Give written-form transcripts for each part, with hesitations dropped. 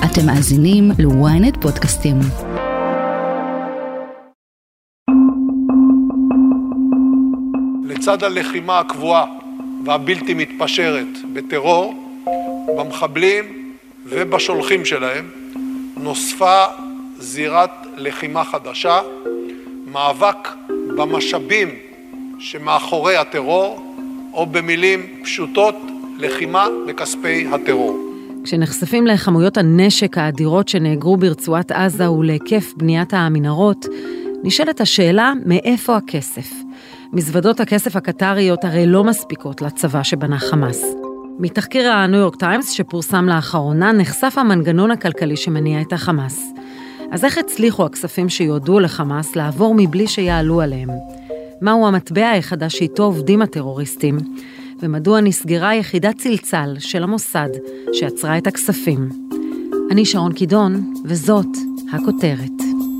אתם מאזינים ל-ynet פודקאסטים. לצד הלחימה הקבועה והבלתי מתפשרת בטרור, במחבלים ובשולחים שלהם, נוספה זירת לחימה חדשה, מאבק במשאבים שמאחורי הטרור, או במילים פשוטות, לחימה בכספי הטרור. כשנחשפים לכמויות הנשק האדירות שנאגרו ברצועת עזה ולהיקף בניית המנהרות, נשאלת השאלה מאיפה הכסף. מזוודות הכסף הקטריות הרי לא מספיקות לצבא שבנה חמאס. מתחקיר הניו יורק טיימס שפורסם לאחרונה נחשף המנגנון הכלכלי שמניע את החמאס. אז איך הצליחו הכספים שיועדו לחמאס לעבור מבלי שיעלו עליהם? מהו המטבע החדש שאיתו עובדים הטרוריסטים? ומדוע נסגרה יחידת צלצל של המוסד שעצרה את הכספים? אני שרון קידון, וזאת הכותרת.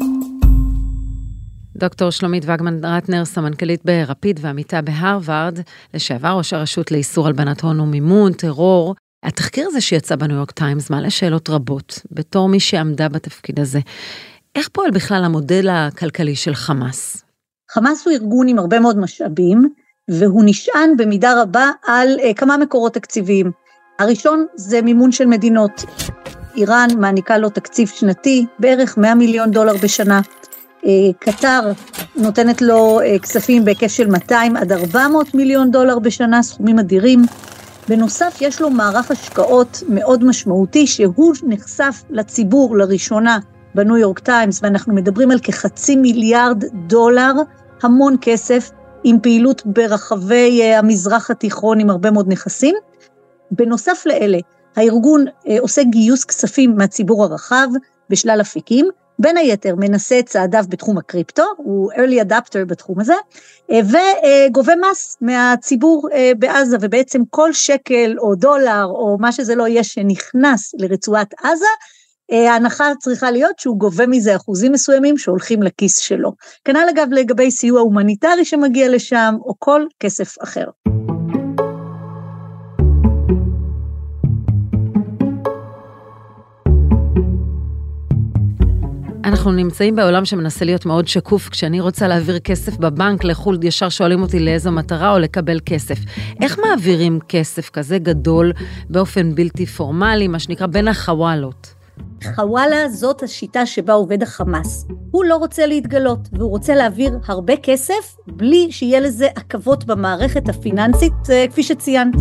דוקטור שלומית וגמן רטנר, סמנכ"לית ברפיד ועמיתה בהרווארד, לשעבר ראש הרשות לאיסור הלבנת הון ומימון טרור. התחקיר הזה שיצא בניו יורק טיימס מעלה שאלות רבות, בתור מי שעמדה בתפקיד הזה. איך פועל בכלל המודל הכלכלי של חמאס? חמאס הוא ארגון עם הרבה מאוד משאבים, והוא נשען במידה רבה על כמה מקורות תקציביים. הראשון זה מימון של מדינות. איראן מעניקה לו תקציב שנתי, בערך $100 מיליון בשנה. קטר נותנת לו כספים בהיקף של 200 עד 400 מיליון דולר בשנה, סכומים אדירים. בנוסף יש לו מערך השקעות מאוד משמעותי, שהוא נחשף לציבור לראשונה בניו יורק טיימס, ואנחנו מדברים על $500 מיליארד, המון כסף, עם פעילות ברחבי המזרח התיכון עם הרבה מאוד נכסים. בנוסף לאלה, הארגון עושה גיוס כספים מהציבור הרחב בשלל אפיקים, בין היתר מנסה את צעדיו בתחום הקריפטו, הוא early adapter בתחום הזה, וגובה מס מהציבור בעזה, ובעצם כל שקל או דולר או מה שזה לא יהיה שנכנס לרצועת עזה, ההנחה צריכה להיות שהוא גובה מזה אחוזים מסוימים שהולכים לכיס שלו. כנ"ל אגב לגבי סיוע הומניטרי שמגיע לשם, או כל כסף אחר. אנחנו נמצאים בעולם שמנסה להיות מאוד שקוף. כשאני רוצה להעביר כסף בבנק לחול, ישר שואלים אותי לאיזו מטרה או לקבל כסף. איך מעבירים כסף כזה גדול באופן בלתי פורמלי, מה שנקרא בין החוואלות? חוואלה זאת השיטה שבה עובד החמאס. הוא לא רוצה להתגלות, והוא רוצה להעביר הרבה כסף, בלי שיהיה לזה עקבות במערכת הפיננסית, כפי שציינת.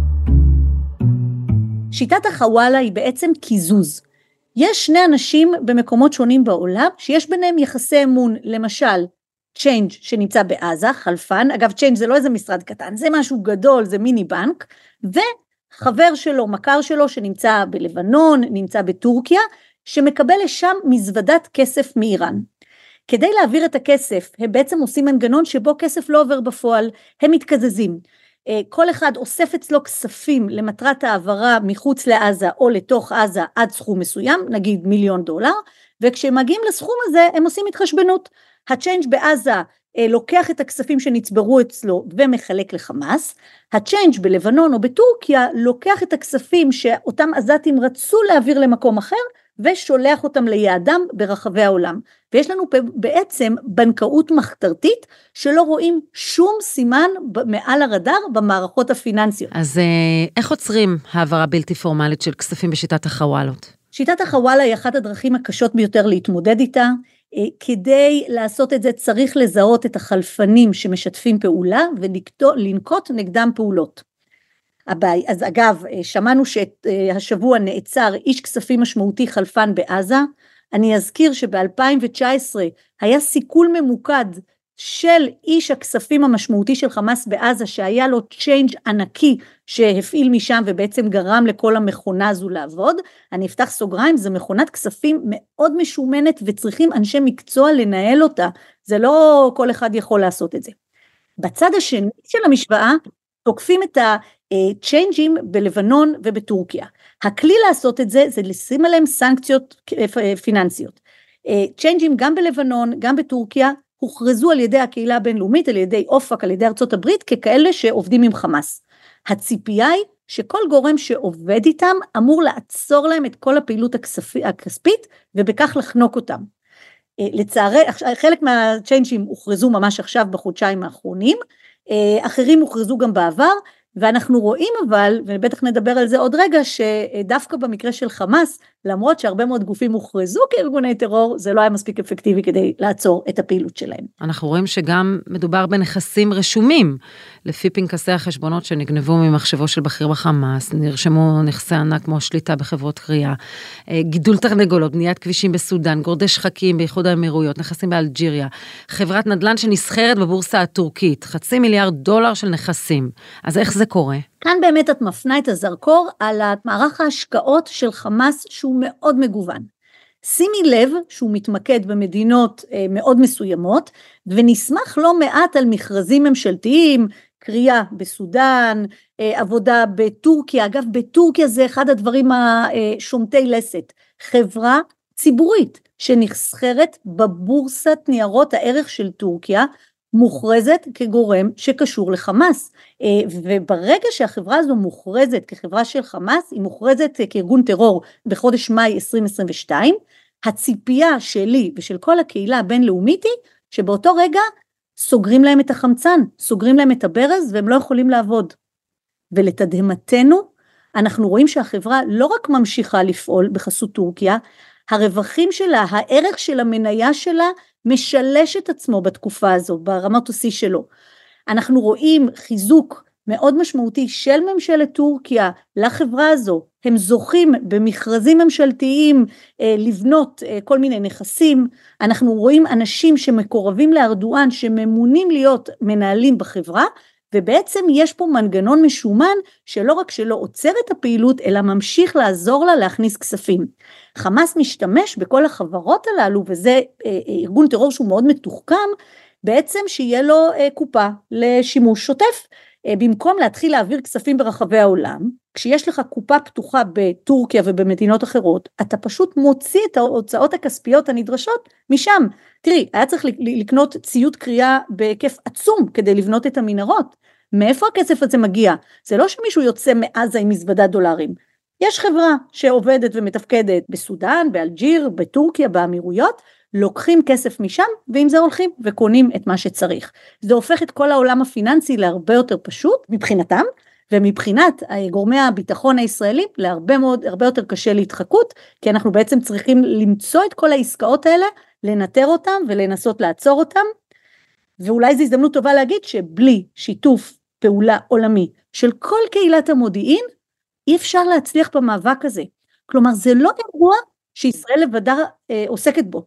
שיטת החוואלה היא בעצם קיזוז. יש שני אנשים במקומות שונים בעולם, שיש ביניהם יחסי אמון, למשל, צ'יינג' שנמצא בעזה, חלפן, אגב צ'יינג' זה לא איזה משרד קטן, זה משהו גדול, זה מיני בנק, חבר שלו, מכר שלו, שנמצא בלבנון, נמצא בטורקיה, שמקבל לשם מזוודת כסף מאיראן. כדי להעביר את הכסף, הם בעצם עושים מנגנון שבו כסף לא עובר בפועל, הם מתקזזים. כל אחד אוסף אצלו כספים למטרת העברה מחוץ לעזה או לתוך עזה עד סכום מסוים, נגיד $1 מיליון, וכשהם מגיעים לסכום הזה, הם עושים התחשבנות. הצ'יינג' בעזה לוקח את הכספים שנצברו אצלו ומחלק לחמאס, הצ'יינג' בלבנון או בטורקיה לוקח את הכספים שאותם עזתים רצו להעביר למקום אחר, ושולח אותם ליעדם ברחבי העולם. ויש לנו בעצם בנקאות מחתרתית, שלא רואים שום סימן מעל הרדאר במערכות הפיננסיות. אז איך עוצרים העברה בלתי פורמלית של כספים בשיטת החוואלות? שיטת החוואלה היא אחת הדרכים הקשות ביותר להתמודד איתה. כדי לעשות את זה צריך לזהות את החלפנים שמשתפים פעולה ולנקוט נגדם פעולות. אז אגב, שמענו שהשבוע נעצר איש כספים משמעותי חלפן בעזה. אני אזכיר שב-2019 היה סיכול ממוקד של איש הכספים המשמעותי של חמאס בעזה, שהיה לו צ'יינג' ענקי שהפעיל משם ובעצם גרם לכל המכונה הזו לעבוד. אני אפתח סוגריים, זו מכונת כספים מאוד משומנת וצריכים אנשי מקצוע לנהל אותה, זה לא כל אחד יכול לעשות את זה. בצד השני של המשוואה, תוקפים את הצ'יינג'ים בלבנון ובטורקיה. הכלי לעשות את זה, זה לשים עליהם סנקציות פיננסיות. צ'יינג'ים גם בלבנון, גם בטורקיה, הוכרזו על ידי הקהילה הבינלאומית, על ידי אופק, על ידי ארצות הברית, ככאלה שעובדים עם חמאס. הציפייה היא שכל גורם שעובד איתם אמור לעצור להם את כל הפעילות הכספית, ובכך לחנוק אותם. לצערי, חלק מהצ'יינג'ים הוכרזו ממש עכשיו בחודשיים האחרונים, אחרים הוכרזו גם בעבר, ואנחנו רואים אבל, ובטח נדבר על זה עוד רגע, שדווקא במקרה של חמאס, למרות שהרבה מאוד גופים הוכרזו כארגוני טרור, זה לא היה מספיק אפקטיבי כדי לעצור את הפעילות שלהם. אנחנו רואים שגם מדובר בנכסים רשומים, לפי פנקסי החשבונות שנגנבו ממחשבו של בכיר בחמאס, נרשמו נכסי ענק כמו שליטה בחברות קריאה, גידול תרנגולות, בניית כבישים בסודן, גורדי שחקים באיחוד האמירויות, נכסים באלג'יריה, חברת נדל"ן שנסחרת בבורסה הטורקית, $500,000,000 של נכסים. אז איך זה קורה? כאן באמת את מפנה את הזרקור על מערך ההשקעות של חמאס שהוא מאוד מגוון. שימי לב שהוא מתמקד במדינות מאוד מסוימות, ונשמח לא מעט על מכרזים ממשלתיים, קריאה בסודן, עבודה בטורקיה. אגב, בטורקיה זה אחד הדברים השומטי לסת. חברה ציבורית שנסחרת בבורסת ניירות הערך של טורקיה, מוכרזת כגורם שקשור לחמאס, וברגע שהחברה הזו מוכרזת כחברה של חמאס, היא מוכרזת כארגון טרור בחודש מאי 2022, הציפייה שלי ושל כל הקהילה הבינלאומית היא, שבאותו רגע סוגרים להם את החמצן, סוגרים להם את הברז, והם לא יכולים לעבוד. ולתדהמתנו, אנחנו רואים שהחברה לא רק ממשיכה לפעול בחסות טורקיה, הרווחים שלה, הערך של המניה שלה, משלש את עצמו בתקופה הזו, ברמת השיא שלו. אנחנו רואים חיזוק מאוד משמעותי של ממשלת טורקיה לחברה הזו, הם זוכים במכרזים ממשלתיים לבנות כל מיני נכסים, אנחנו רואים אנשים שמקורבים לארדואן, שממונים להיות מנהלים בחברה, ובעצם יש פה מנגנון משומן, שלא רק שלא עוצר את הפעילות, אלא ממשיך לעזור לה להכניס כספים. חמאס משתמש בכל החברות הללו, וזה ארגון טרור שהוא מאוד מתוחכם, בעצם שיהיה לו קופה לשימוש שוטף, במקום להתחיל להעביר כספים ברחבי העולם, כשיש לך קופה פתוחה בטורקיה ובמדינות אחרות, אתה פשוט מוציא את ההוצאות הכספיות הנדרשות משם. תראי, היה צריך לקנות ציוד קריאה בהיקף עצום כדי לבנות את המנהרות. מאיפה הכסף הזה מגיע? זה לא שמישהו יוצא מעזה עם מזוודה דולרים. יש חברה שעובדת ומתפקדת בסודן, באלג'יר, בטורקיה, באמירויות, לוקחים כסף משם, ועם זה הולכים וקונים את מה שצריך. זה הופך את כל העולם הפיננסי להרבה יותר פשוט מבחינתם, ומבחינת גורמי הביטחון הישראלים, הרבה יותר קשה להתחקות, כי אנחנו בעצם צריכים למצוא את כל העסקאות האלה, לנטר אותם ולנסות לעצור אותם, ואולי זו הזדמנות טובה להגיד שבלי שיתוף פעולה עולמי של כל קהילת המודיעין, אי אפשר להצליח במאבק הזה. כלומר, זה לא אירוע שישראל לבדה עוסקת בו.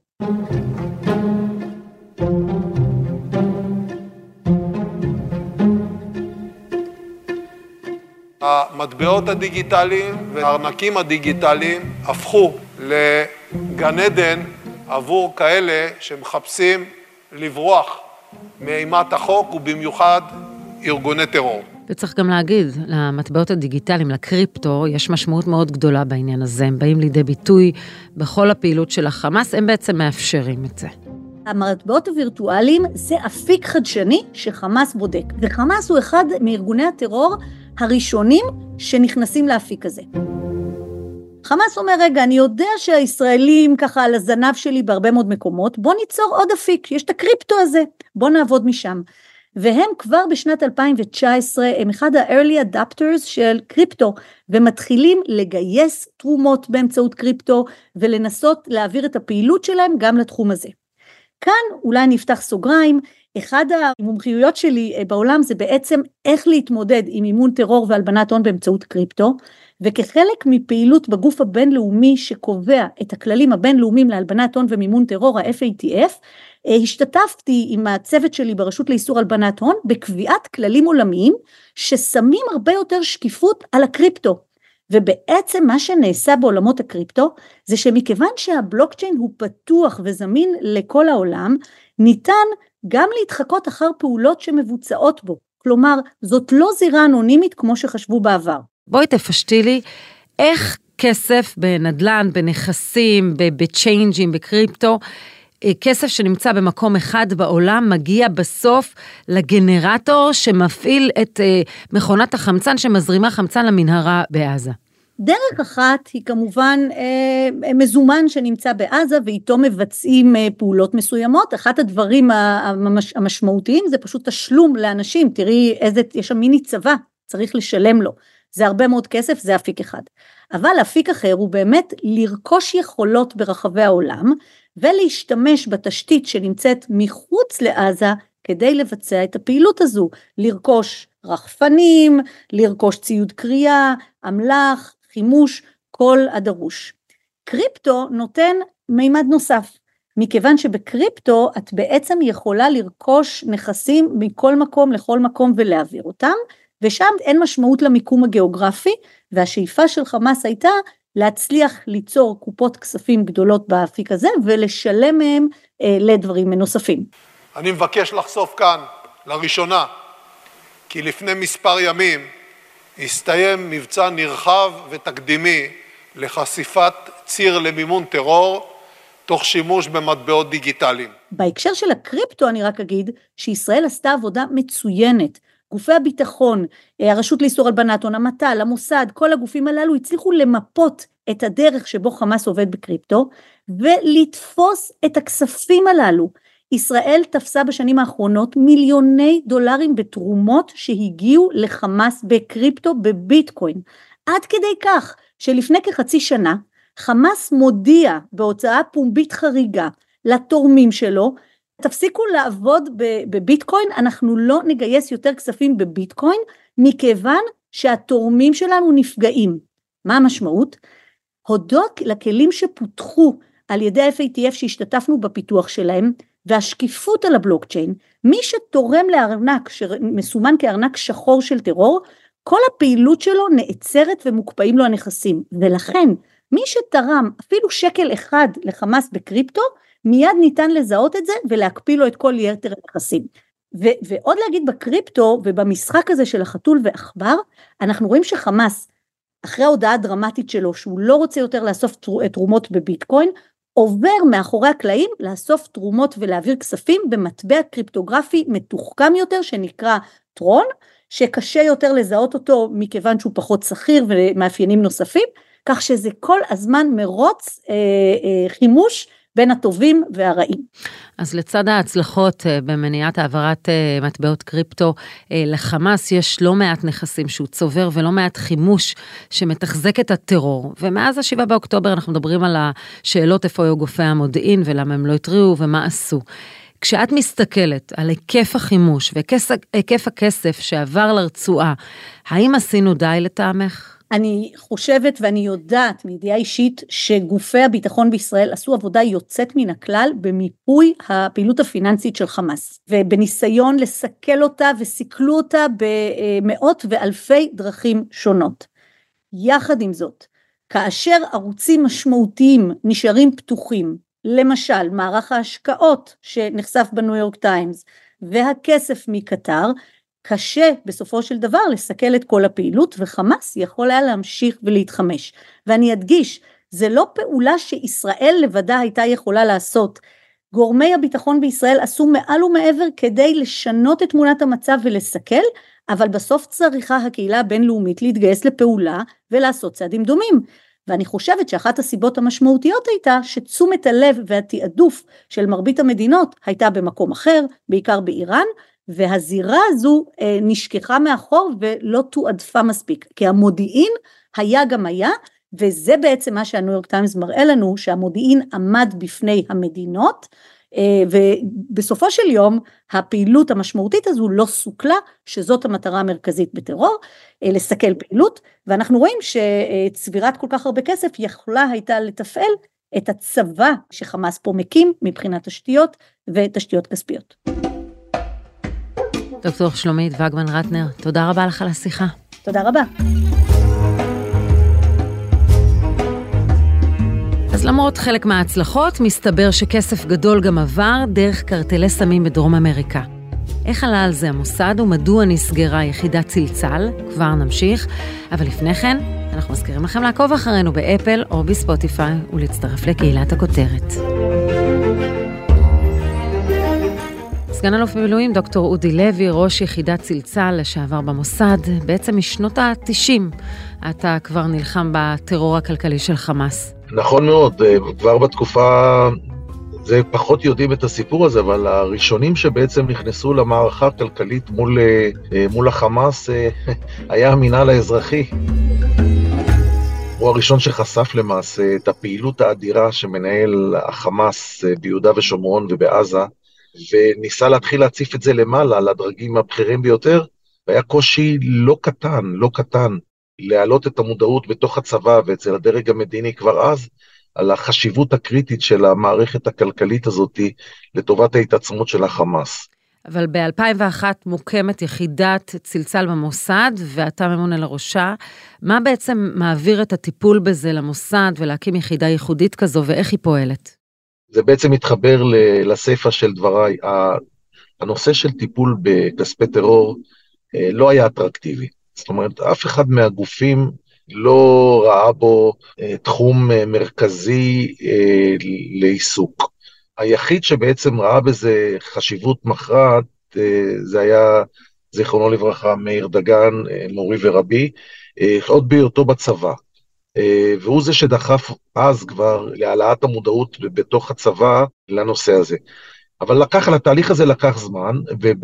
המטבעות הדיגיטליים והארנקים הדיגיטליים הפכו לגן עדן עבור כאלה שמחפשים לברוח מאימת החוק, ובמיוחד ארגוני טרור. וצריך גם להגיד, למטבעות הדיגיטליים, לקריפטו, יש משמעות מאוד גדולה בעניין הזה. הם באים לידי ביטוי בכל הפעילות של החמאס, הם בעצם מאפשרים את זה. המטבעות הווירטואליים זה אפיק חדשני שחמאס בודק. וחמאס הוא אחד מארגוני הטרור הראשונים שנכנסים לאפיק הזה. חמאס אומר, רגע, אני יודע שהישראלים ככה על הזנב שלי בהרבה מאוד מקומות, בוא ניצור עוד אפיק, יש את הקריפטו הזה, בוא נעבוד משם. והם כבר בשנת 2019, הם אחד ה-early adapters של קריפטו, ומתחילים לגייס תרומות באמצעות קריפטו, ולנסות להעביר את הפעילות שלהם גם לתחום הזה. כאן אולי נפתח סוגריים, אחד המומחיויות שלי בעולם זה בעצם איך להתמודד עם מימון טרור והלבנת הון באמצעות קריפטו, וכחלק מפעילות בגוף הבינלאומי שקובע את הכללים הבינלאומיים להלבנת הון ומימון טרור, ה-FATF, השתתפתי עם הצוות שלי ברשות לאיסור הלבנת הון, בקביעת כללים עולמיים ששמים הרבה יותר שקיפות על הקריפטו, ובעצם מה שנעשה בעולמות הקריפטו, זה שמכיוון שהבלוקצ'יין הוא פתוח וזמין לכל העולם, ניתן גם להתחקות אחר פעולות שמבוצעות בו, כלומר זאת לא זירה אנונימית כמו שחשבו בעבר. בואי תפשטי לי, איך כסף בנדלן, בנכסים, בצ'יינג'ים, בקריפטו, כסף שנמצא במקום אחד בעולם מגיע בסוף לגנרטור שמפעיל את מכונת החמצן שמזרימה חמצן למנהרה בעזה. דרך אחת היא כמובן מזומן שנמצא בעזה ואיתו מבצעים פעולות מסוימות. אחת הדברים המשמעותיים זה פשוט תשלום לאנשים. תראי יש שם מיני צבא, צריך לשלם לו. זה הרבה מאוד כסף, זה אפיק אחד. אבל אפיק אחר הוא באמת לרכוש יכולות ברחבי העולם ולהשתמש בתשתית שנמצאת מחוץ לעזה כדי לבצע את הפעילות הזו. לרכוש רחפנים, לרכוש ציוד קריאה, אמל"ח, חימוש, כל הדרוש. קריפטו נותן מימד נוסף, מכיוון שבקריפטו את בעצם יכולה לרכוש נכסים מכל מקום לכל מקום ולהעביר אותם, ושם אין משמעות למיקום הגיאוגרפי, והשאיפה של חמאס הייתה להצליח ליצור קופות כספים גדולות באפיק הזה, ולשלם מהם לדברים נוספים. אני מבקש לחשוף כאן לראשונה, כי לפני מספר ימים הסתיים מבצע נרחב ותקדימי לחשיפת ציר למימון טרור, תוך שימוש במטבעות דיגיטליים. בהקשר של הקריפטו אני רק אגיד שישראל עשתה עבודה מצוינת. גופי הביטחון, הרשות לאיסור הלבנת הון, המט"ל, המוסד, כל הגופים הללו הצליחו למפות את הדרך שבו חמאס עובד בקריפטו, ולתפוס את הכספים הללו. ישראל תפסה בשנים האחרונות מיליוני דולרים בתרומות שהגיעו לחמאס בקריפטו בביטקוין. עד כדי כך שלפני כחצי שנה, חמאס מודיע בהוצאה פומבית חריגה לתורמים שלו, תפסיקו לעבוד בביטקוין, אנחנו לא נגייס יותר כספים בביטקוין, מכיוון שהתורמים שלנו נפגעים. מה המשמעות? הודות לכלים שפותחו על ידי ה-FATF שהשתתפנו בפיתוח שלהם, והשקיפות על הבלוקצ'יין, מי שתורם לארנק שמסומן כארנק שחור של טרור, כל הפעילות שלו נעצרת ומוקפאים לו הנכסים, ולכן מי שתרם אפילו שקל אחד לחמאס בקריפטו, מיד ניתן לזהות את זה ולהקפיא לו את כל יתר הנכסים. ועוד להגיד בקריפטו ובמשחק הזה של החתול ועכבר, אנחנו רואים שחמאס, אחרי ההודעה הדרמטית שלו, שהוא לא רוצה יותר לאסוף תרומות בביטקוין, עובר מאחורי הקלעים לאסוף תרומות ולהעביר כספים במטבע קריפטוגרפי מתוחכם יותר שנקרא טרון, שקשה יותר לזהות אותו מכיוון שהוא פחות שכיר ומאפיינים נוספים, כך שזה כל הזמן מרוץ חימוש בין הטובים והרעים. אז לצד ההצלחות במניעת העברת מטבעות קריפטו, לחמאס יש לא מעט נכסים שהוא צובר ולא מעט חימוש שמתחזק את הטרור. ומאז ה7 באוקטובר אנחנו מדברים על השאלות איפה היו גופי המודיעין ולמה הם לא התריעו ומה עשו. כשאת מסתכלת על היקף החימוש והיקף הכסף שעבר לרצועה, האם עשינו די לטעמך? אני חושבת ואני יודעת מידיעה אישית שגופי הביטחון בישראל עשו עבודה יוצאת מן הכלל במיפוי הפעילות הפיננסית של חמאס, ובניסיון לסכל אותה וסיכלו אותה במאות ואלפי דרכים שונות. יחד עם זאת, כאשר ערוצים משמעותיים נשארים פתוחים, למשל מערך ההשקעות שנחשף בניו יורק טיימס והכסף מקטר, קשה בסופו של דבר לסכל את כל הפעילות, וחמאס יכול היה להמשיך ולהתחמש. ואני אדגיש, זה לא פעולה שישראל לבדה הייתה יכולה לעשות. גורמי הביטחון בישראל עשו מעל ומעבר כדי לשנות את תמונת המצב ולסכל, אבל בסוף צריכה הקהילה הבינלאומית להתגייס לפעולה ולעשות צעדים דומים. ואני חושבת שאחת הסיבות המשמעותיות הייתה שתשומת הלב והתעדוף של מרבית המדינות הייתה במקום אחר, בעיקר באיראן, והזירה הזו נשכחה מאחור ולא תועדפה מספיק, כי המודיעין היה גם היה, וזה בעצם מה שהניו יורק טיימס מראה לנו, שהמודיעין עמד בפני המדינות, ובסופו של יום הפעילות המשמעותית הזו לא סוכלה, שזאת המטרה המרכזית בטרור, לסכל פעילות, ואנחנו רואים שצבירת כל כך הרבה כסף יכולה הייתה לתפעל את הצבא שחמאס פה מקים מבחינת תשתיות ותשתיות כספיות. דוקטור שלומית וגמן רטנר, תודה רבה לך על השיחה. תודה רבה. אז למרות חלק מההצלחות, מסתבר שכסף גדול גם עבר דרך קרטלי סמים בדרום אמריקה. איך עלה על זה המוסד ומדוע נסגרה יחידת צלצל? כבר נמשיך, אבל לפני כן אנחנו מזכירים לכם לעקוב אחרינו באפל או בספוטיפיי ולהצטרף לקהילת הכותרת. סגן אלוף במילואים דוקטור אודי לוי, ראש יחידת צלצל לשעבר במוסד, בעצם משנות ה-90 אתה כבר נלחם בטרור הכלכלי של חמאס. נכון מאוד, כבר בתקופה, זה פחות יודעים את הסיפור הזה, אבל הראשונים שבעצם נכנסו למערכה הכלכלית מול החמאס היה המינהל האזרחי. הוא הראשון שחשף למעשה את הפעילות האדירה שמנהל החמאס ביהודה ושומרון ובעזה, וניסה להתחיל להציף את זה למעלה, לדרגים הבכירים ביותר, והיה קושי לא קטן, להעלות את המודעות בתוך הצבא ואצל הדרג המדיני כבר אז, על החשיבות הקריטית של המערכת הכלכלית הזאת לטובת ההתעצמות של החמאס. אבל ב-2001 מוקמת יחידת צלצל במוסד, ואתה ממונה לראשה. מה בעצם מעביר את הטיפול בזה למוסד ולהקים יחידה ייחודית כזו, ואיך היא פועלת? זה בעצם מתחבר לספר של דבריי. הנושא של טיפול בכספי טרור לא היה אטרקטיבי. זאת אומרת, אף אחד מהגופים לא ראה בו תחום מרכזי לעיסוק. היחיד שבעצם ראה בזה חשיבות מכרעת, זה היה זיכרונו לברכה מאיר דגן, מורי ורבי, עוד בהיותו בצבא. והוא זה שדחף אז כבר להעלאת המודעות בתוך הצבא לנושא הזה. אבל התהליך הזה לקח זמן,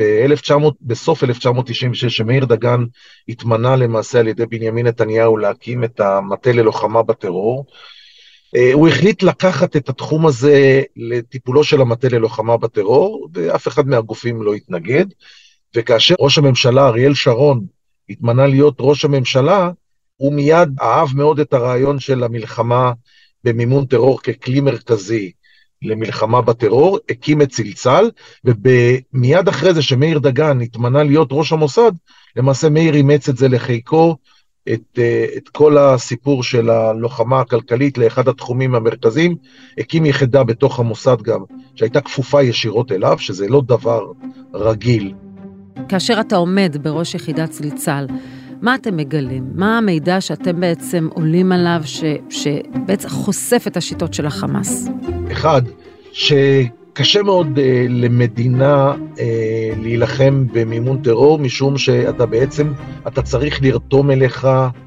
ובסוף 1996, שמאיר דגן התמנה למעשה על ידי בנימין נתניהו להקים את המטה ללוחמה בטרור, הוא החליט לקחת את התחום הזה לטיפולו של המטה ללוחמה בטרור, ואף אחד מהגופים לא התנגד, וכאשר ראש הממשלה אריאל שרון התמנה להיות ראש הממשלה, הוא מיד אהב מאוד את הרעיון של המלחמה במימון טרור ככלי מרכזי למלחמה בטרור, הקים את צלצל, ומיד אחרי זה שמאיר דגן התמנה להיות ראש המוסד, למעשה מאיר אימץ את זה לחיקו, את כל הסיפור של הלוחמה הכלכלית לאחד התחומים המרכזיים, הקים יחידה בתוך המוסד גם, שהייתה כפופה ישירות אליו, שזה לא דבר רגיל. כאשר אתה עומד בראש יחידת צלצל, מה אתם מגלים? מה המידע שאתם בעצם עולים עליו, שבעצם חושף את השיטות של החמאס? אחד, שקשה מאוד למדינה להילחם במימון טרור, משום שאתה בעצם, אתה צריך לרתום אליך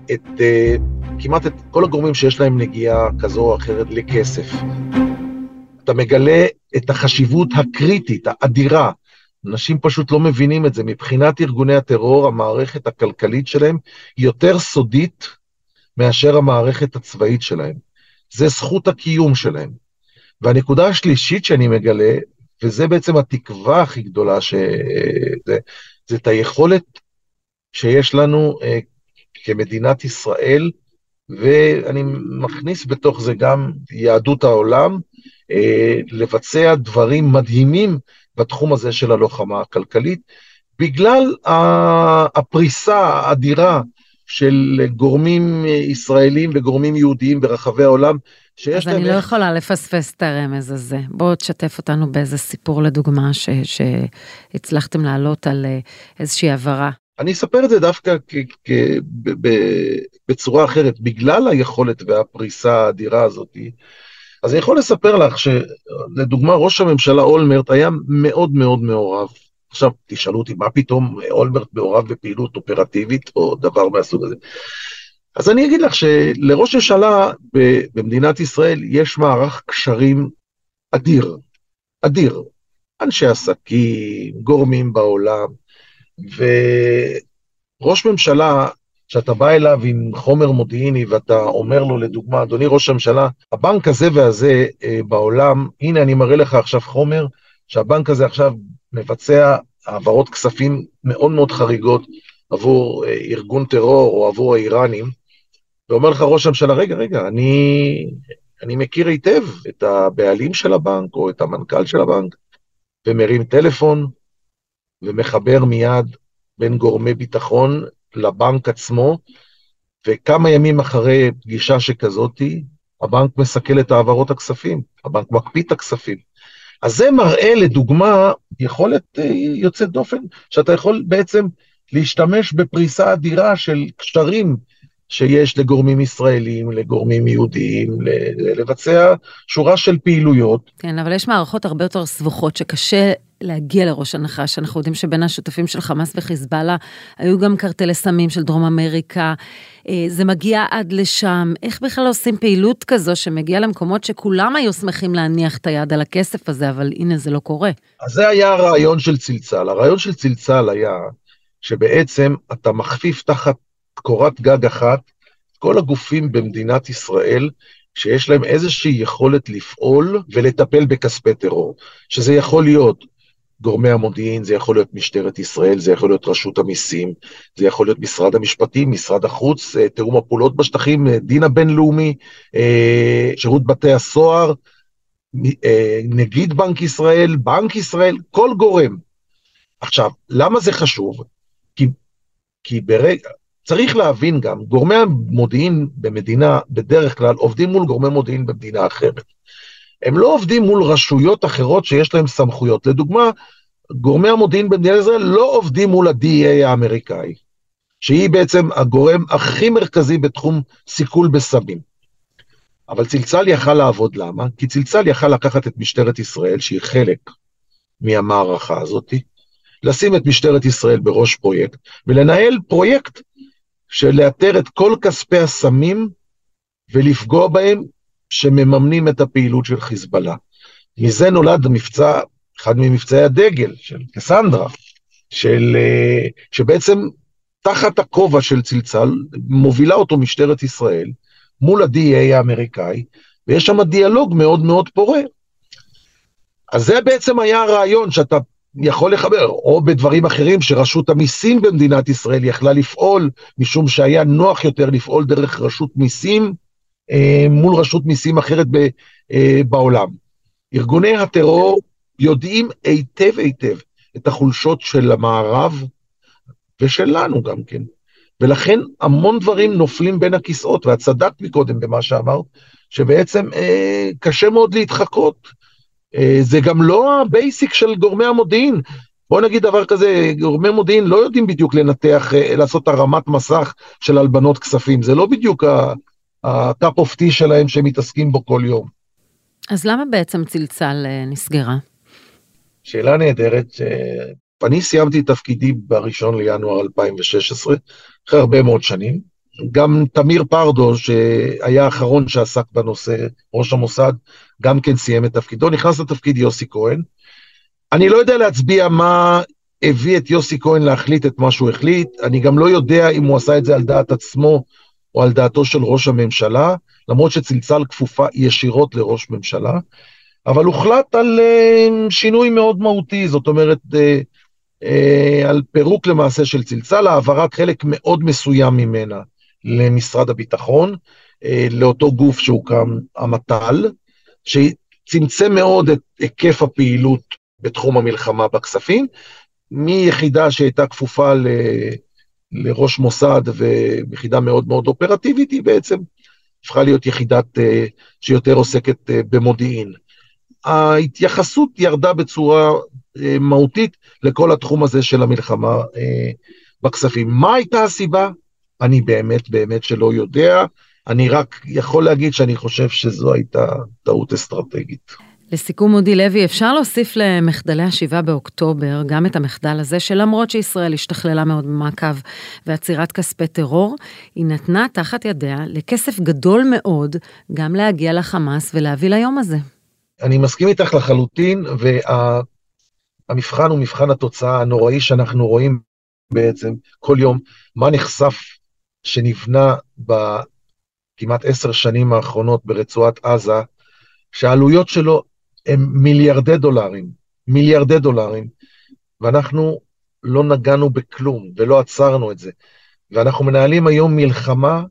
כמעט את כל הגורמים שיש להם נגיעה כזו או אחרת לכסף. אתה מגלה את החשיבות הקריטית, האדירה. אנשים פשוט לא מבינים את זה. מבחינת ארגוני הטרור, המערכת הכלכלית שלהם היא יותר סודית מאשר המערכת הצבאית שלהם. זה זכות הקיום שלהם. והנקודה השלישית שאני מגלה, וזה בעצם התקווה הכי גדולה, זה את היכולת שיש לנו כמדינת ישראל, ואני מכניס בתוך זה גם יהדות העולם, לבצע דברים מדהימים בתחום הזה של הלוחמה הכלכלית, בגלל הפריסה האדירה של גורמים ישראלים וגורמים יהודיים ברחבי העולם, אז אני לא יכולה לפספס את הרמז הזה. בואו תשתף אותנו באיזה סיפור לדוגמה שהצלחתם לעלות על איזושהי עברה. אני אספר את זה דווקא בצורה אחרת, בגלל היכולת והפריסה האדירה הזאת. אז אני יכול לספר לך שלדוגמה ראש הממשלה אולמרט היה מאוד מאוד מעורב. עכשיו תשאלו אותי מה פתאום אולמרט מעורב בפעילות אופרטיבית או דבר מהסוג הזה. אז אני אגיד לך שלראש הממשלה במדינת ישראל יש מערך קשרים אדיר. אנשי עסקים, גורמים בעולם, וראש ממשלה שאתה בא אליו עם חומר מודיעיני ואתה אומר לו לדוגמה, אדוני ראש הממשלה, הבנק הזה והזה בעולם, הנה אני מראה לך עכשיו חומר, שהבנק הזה עכשיו מבצע העברות כספים מאוד מאוד חריגות עבור ארגון טרור או עבור האיראנים, ואומר לך ראש הממשלה, רגע, אני מכיר היטב את הבעלים של הבנק או את המנכ"ל של הבנק, ומרים טלפון ומחבר מיד בין גורמי ביטחון לבנק עצמו, וכמה ימים אחרי פגישה שכזאת, הבנק מסכל את העברות הכספים, הבנק מקפיא את הכספים. אז זה מראה לדוגמה יכולת יוצאת דופן, שאתה יכול בעצם להשתמש בפריסה אדירה של קשרים שיש לגורמים ישראלים, לגורמים יהודיים, לבצע שורה של פעילויות. כן, אבל יש מערכות הרבה יותר סבוכות שקשה להגיע לראש הנחש. אנחנו יודעים שבין השותפים של חמאס וחיזבאללה, היו גם קרטלי סמים של דרום אמריקה, זה מגיע עד לשם. איך בכלל עושים פעילות כזו שמגיעה למקומות שכולם היו שמחים להניח את היד על הכסף הזה, אבל הנה זה לא קורה. אז זה היה הרעיון של צלצל. הרעיון של צלצל היה שבעצם אתה מכפיף תחת קורת גג אחת כל הגופים במדינת ישראל שיש להם איזושהי יכולת לפעול ולטפל בכספי טרור, שזה יכול להיות גורמי המודיעין, זה יכול להיות משטרת ישראל, זה יכול להיות רשות המיסים, זה יכול להיות משרד המשפטים, משרד החוץ, תיאום הפעולות בשטחים, דין הבינלאומי, שירות בתי הסוהר, נגיד בנק ישראל, כל גורם. עכשיו, למה זה חשוב? כי צריך להבין גם, גורמי המודיעין במדינה, בדרך כלל, עובדים מול גורמי מודיעין במדינה אחרת. הם לא עובדים מול רשויות אחרות שיש להם סמכויות. לדוגמה, גורמי המודיעין במדינת ישראל לא עובדים מול ה-DEA האמריקאי, שהיא בעצם הגורם הכי מרכזי בתחום סיכול בסמים. אבל צלצל יכל לעבוד, למה? כי צלצל יכל לקחת את משטרת ישראל, שהיא חלק מהמערכה הזאת, לשים את משטרת ישראל בראש פרויקט, ולנהל פרויקט של לאתר את כל כספי הסמים, ולפגוע בהם שמממנים את הפעילות של חיזבאללה. מזה נולד המבצע, אחד ממבצעי הדגל של קסנדרה, שבעצם תחת הכובע של צלצל, מובילה אותו משטרת ישראל, מול ה-DEA האמריקאי, ויש שם דיאלוג מאוד מאוד פורה. אז זה בעצם היה הרעיון שאתה יכול לחבר, או בדברים אחרים שרשות המיסים במדינת ישראל יכלה לפעול, משום שהיה נוח יותר לפעול דרך רשות מיסים, מול רשות מיסים אחרת בעולם. ארגוני הטרור יודעים היטב את החולשות של המערב, ושלנו גם כן. ולכן המון דברים נופלים בין הכיסאות, ואת צדקת מקודם במה שאמרת, שבעצם קשה מאוד להתחקות. זה גם לא הבייסיק של גורמי המודיעין. בוא נגיד דבר כזה, גורמי מודיעין לא יודעים בדיוק לנתח, לעשות הרמת מסך של הלבנות כספים. זה לא בדיוק הטאפ אוף טי שלהם שהם מתעסקים בו כל יום. אז למה בעצם צלצל נסגרה? שאלה נהדרת. אני סיימתי את תפקידי ב1 לינואר 2016, אחרי הרבה מאוד שנים. גם תמיר פרדו, שהיה האחרון שעסק בנושא, ראש המוסד, גם כן סיים את תפקידו. נכנס לתפקיד יוסי כהן. אני לא יודע להצביע מה הביא את יוסי כהן להחליט את מה שהוא החליט. אני גם לא יודע אם הוא עשה את זה על דעת עצמו, או על דעתו של ראש הממשלה, למרות שצלצל כפופה ישירות לראש ממשלה, אבל הוחלט על שינוי מאוד מהותי, זאת אומרת, על פירוק למעשה של צלצל, העברת חלק מאוד מסוים ממנה למשרד הביטחון, לאותו גוף שהוקם המטל, שצמצם מאוד את היקף הפעילות בתחום המלחמה בכספים, מיחידה שהייתה כפופה לראש מוסד ויחידה מאוד מאוד אופרטיבית, היא בעצם הפכה להיות יחידת שיותר עוסקת במודיעין. ההתייחסות ירדה בצורה מהותית לכל התחום הזה של המלחמה בכספים. מה הייתה הסיבה? אני באמת שלא יודע, אני רק יכול להגיד שאני חושב שזו הייתה טעות אסטרטגית. לסיכום אודי לוי, אפשר להוסיף למחדלי 7 באוקטובר, גם את המחדל הזה, שלמרות שישראל השתכללה מאוד במעקב ועצירת כספי טרור, היא נתנה תחת ידיה לכסף גדול מאוד, גם להגיע לחמאס ולהביא ליום הזה. אני מסכים איתך לחלוטין, והמבחן הוא מבחן התוצאה הנוראי שאנחנו רואים בעצם כל יום, מה נחשף שנבנה בכמעט 10 שנים האחרונות ברצועת עזה, שהעלויות שלו הם מיליארדי דולרים, ואנחנו לא נגענו בכלום, ולא עצרנו את זה, ואנחנו מנהלים היום מלחמה,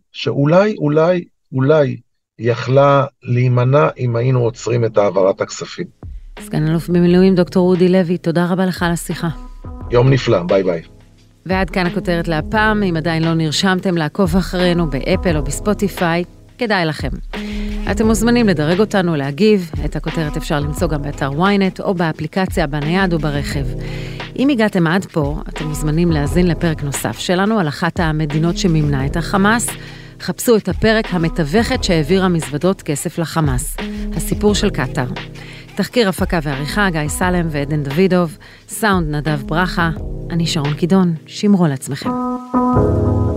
שאולי יכלה להימנע, אם היינו עוצרים את העברת הכספים. סגן אלוף במילואים דוקטור אודי לוי, תודה רבה לך על השיחה. יום נפלא, ביי ביי. ועד כאן הכותרת להפעם, אם עדיין לא נרשמתם לעקוב אחרינו באפל או בספוטיפיי, כדאי לכם. אתם מוזמנים לדרג אותנו, להגיב, את הכותרת אפשר למצוא גם באתר ynet או באפליקציה בנייד או ברכב. אם הגעתם עד פה, אתם מוזמנים להאזין לפרק נוסף שלנו על אחת המדינות שמימנה את החמאס. חפשו את הפרק המתווכת שהעבירה מזוודות כסף לחמאס, הסיפור של קטר. תחקיר הפקה ועריכה גיא סלם ועדן דוידוב, סאונד נדב ברכה, אני שרון קידון, שמרו על עצמכם.